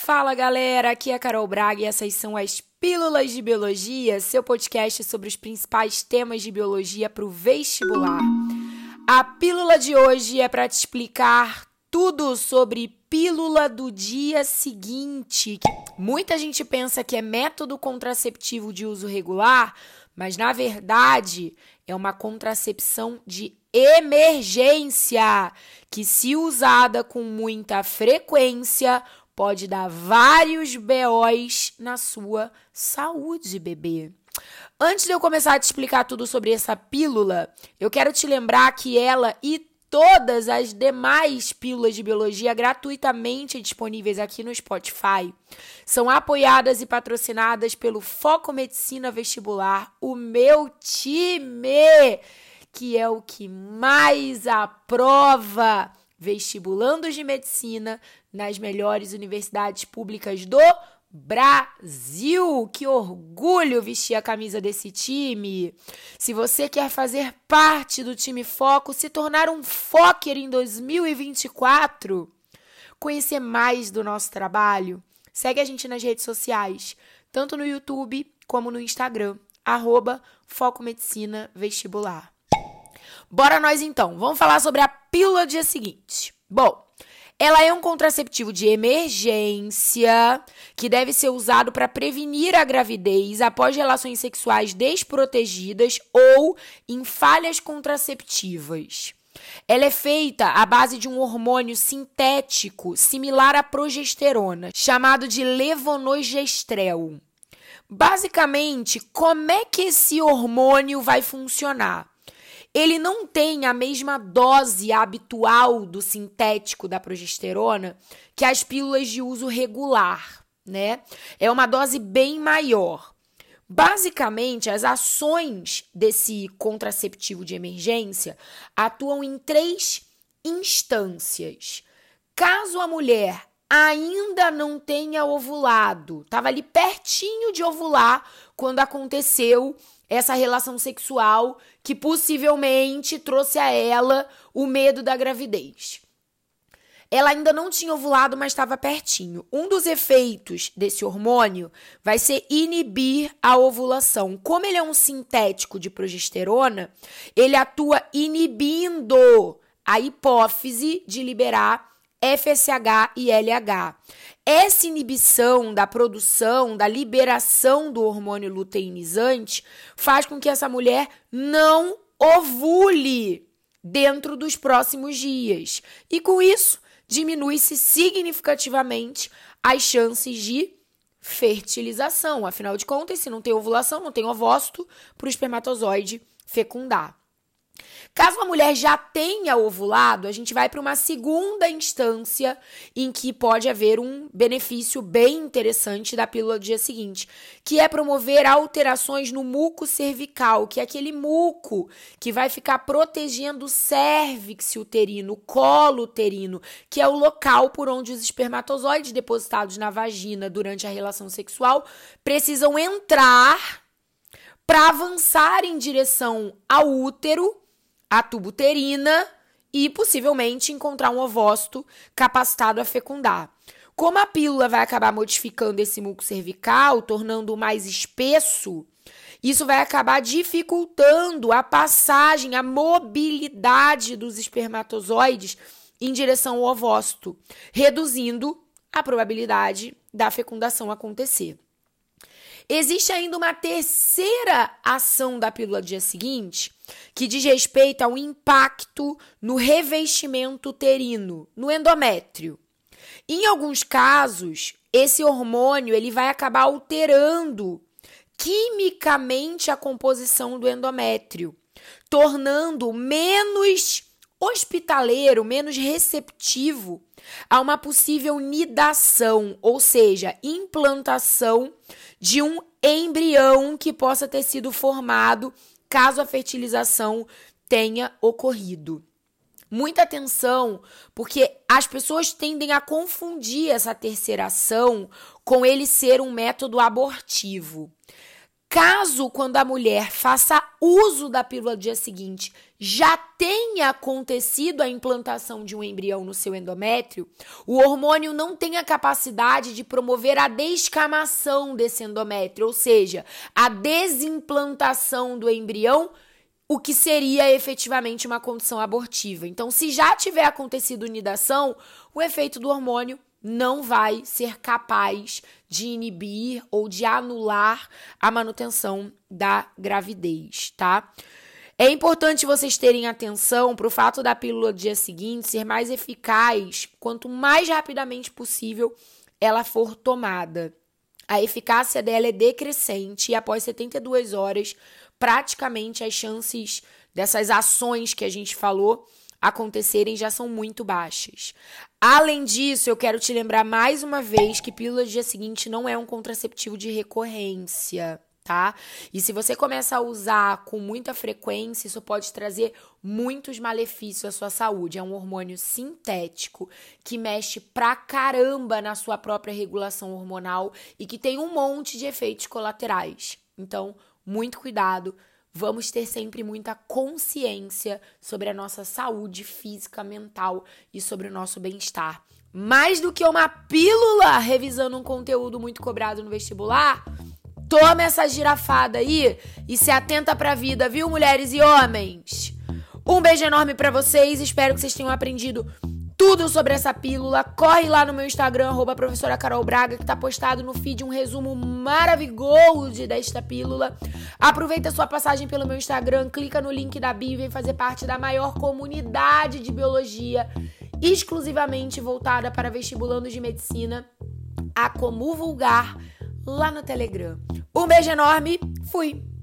Fala galera, aqui é a Carol Braga e essas são as Pílulas de Biologia, seu podcast sobre os principais temas de biologia para o vestibular. A pílula de hoje é para te explicar tudo sobre pílula do dia seguinte. Muita gente pensa que é método contraceptivo de uso regular, mas na verdade é uma contracepção de emergência, que se usada com muita frequência pode dar vários BOs na sua saúde, bebê. Antes de eu começar a te explicar tudo sobre essa pílula, eu quero te lembrar que ela e todas as demais pílulas de biologia gratuitamente disponíveis aqui no Spotify são apoiadas e patrocinadas pelo Foco Medicina Vestibular, o meu time, que é o que mais aprova vestibulandos de medicina nas melhores universidades públicas do Brasil. Que orgulho vestir a camisa desse time! Se você quer fazer parte do time Foco, se tornar um Focker em 2024, conhecer mais do nosso trabalho, segue a gente nas redes sociais, tanto no YouTube como no Instagram, @Foco Medicina Vestibular. Bora nós então, vamos falar sobre a pílula do dia seguinte. Bom, ela é um contraceptivo de emergência que deve ser usado para prevenir a gravidez após relações sexuais desprotegidas ou em falhas contraceptivas. Ela é feita à base de um hormônio sintético similar à progesterona, chamado de levonorgestrel. Basicamente, como é que esse hormônio vai funcionar? Ele não tem a mesma dose habitual do sintético da progesterona que as pílulas de uso regular, né? É uma dose bem maior. Basicamente, as ações desse contraceptivo de emergência atuam em 3 instâncias. Caso a mulher ainda não tenha ovulado, estava ali pertinho de ovular quando aconteceu essa relação sexual que possivelmente trouxe a ela o medo da gravidez. Ela ainda não tinha ovulado, mas estava pertinho. Um dos efeitos desse hormônio vai ser inibir a ovulação. Como ele é um sintético de progesterona, ele atua inibindo a hipófise de liberar FSH e LH. Essa inibição da produção, da liberação do hormônio luteinizante faz com que essa mulher não ovule dentro dos próximos dias. E com isso, diminui-se significativamente as chances de fertilização. Afinal de contas, se não tem ovulação, não tem ovócito para o espermatozoide fecundar. Caso a mulher já tenha ovulado, a gente vai para uma segunda instância em que pode haver um benefício bem interessante da pílula do dia seguinte, que é promover alterações no muco cervical, que é aquele muco que vai ficar protegendo o cérvix uterino, o colo uterino, que é o local por onde os espermatozoides depositados na vagina durante a relação sexual precisam entrar para avançar em direção ao útero, a tuba uterina e possivelmente encontrar um ovócito capacitado a fecundar. Como a pílula vai acabar modificando esse muco cervical, tornando-o mais espesso, isso vai acabar dificultando a passagem, a mobilidade dos espermatozoides em direção ao ovócito, reduzindo a probabilidade da fecundação acontecer. Existe ainda uma terceira ação da pílula do dia seguinte, que diz respeito ao impacto no revestimento uterino, no endométrio. Em alguns casos, esse hormônio ele vai acabar alterando quimicamente a composição do endométrio, tornando menos hospitaleiro, menos receptivo a uma possível nidação, ou seja, implantação de um embrião que possa ter sido formado caso a fertilização tenha ocorrido. Muita atenção, porque as pessoas tendem a confundir essa terceira ação com ele ser um método abortivo. Caso, quando a mulher faça uso da pílula do dia seguinte, já tenha acontecido a implantação de um embrião no seu endométrio, o hormônio não tem a capacidade de promover a descamação desse endométrio, ou seja, a desimplantação do embrião, o que seria efetivamente uma condição abortiva. Então, se já tiver acontecido nidação, o efeito do hormônio não vai ser capaz de inibir ou de anular a manutenção da gravidez, tá? É importante vocês terem atenção para o fato da pílula do dia seguinte ser mais eficaz quanto mais rapidamente possível ela for tomada. A eficácia dela é decrescente e após 72 horas, praticamente as chances dessas ações que a gente falou acontecerem já são muito baixas. Além disso, eu quero te lembrar mais uma vez que pílula do dia seguinte não é um contraceptivo de recorrência, tá? E se você começa a usar com muita frequência, isso pode trazer muitos malefícios à sua saúde. É um hormônio sintético que mexe pra caramba na sua própria regulação hormonal e que tem um monte de efeitos colaterais. Então, muito cuidado. Vamos ter sempre muita consciência sobre a nossa saúde física, mental e sobre o nosso bem-estar. Mais do que uma pílula revisando um conteúdo muito cobrado no vestibular, toma essa girafada aí e se atenta pra vida, viu, mulheres e homens? Um beijo enorme pra vocês, espero que vocês tenham aprendido tudo sobre essa pílula. Corre lá no meu Instagram, @professora Carol Braga, que tá postado no feed um resumo maravilhoso desta pílula. Aproveita a sua passagem pelo meu Instagram, clica no link da bio e vem fazer parte da maior comunidade de biologia, exclusivamente voltada para vestibulandos de medicina, a Como Vulgar, lá no Telegram. Um beijo enorme, fui!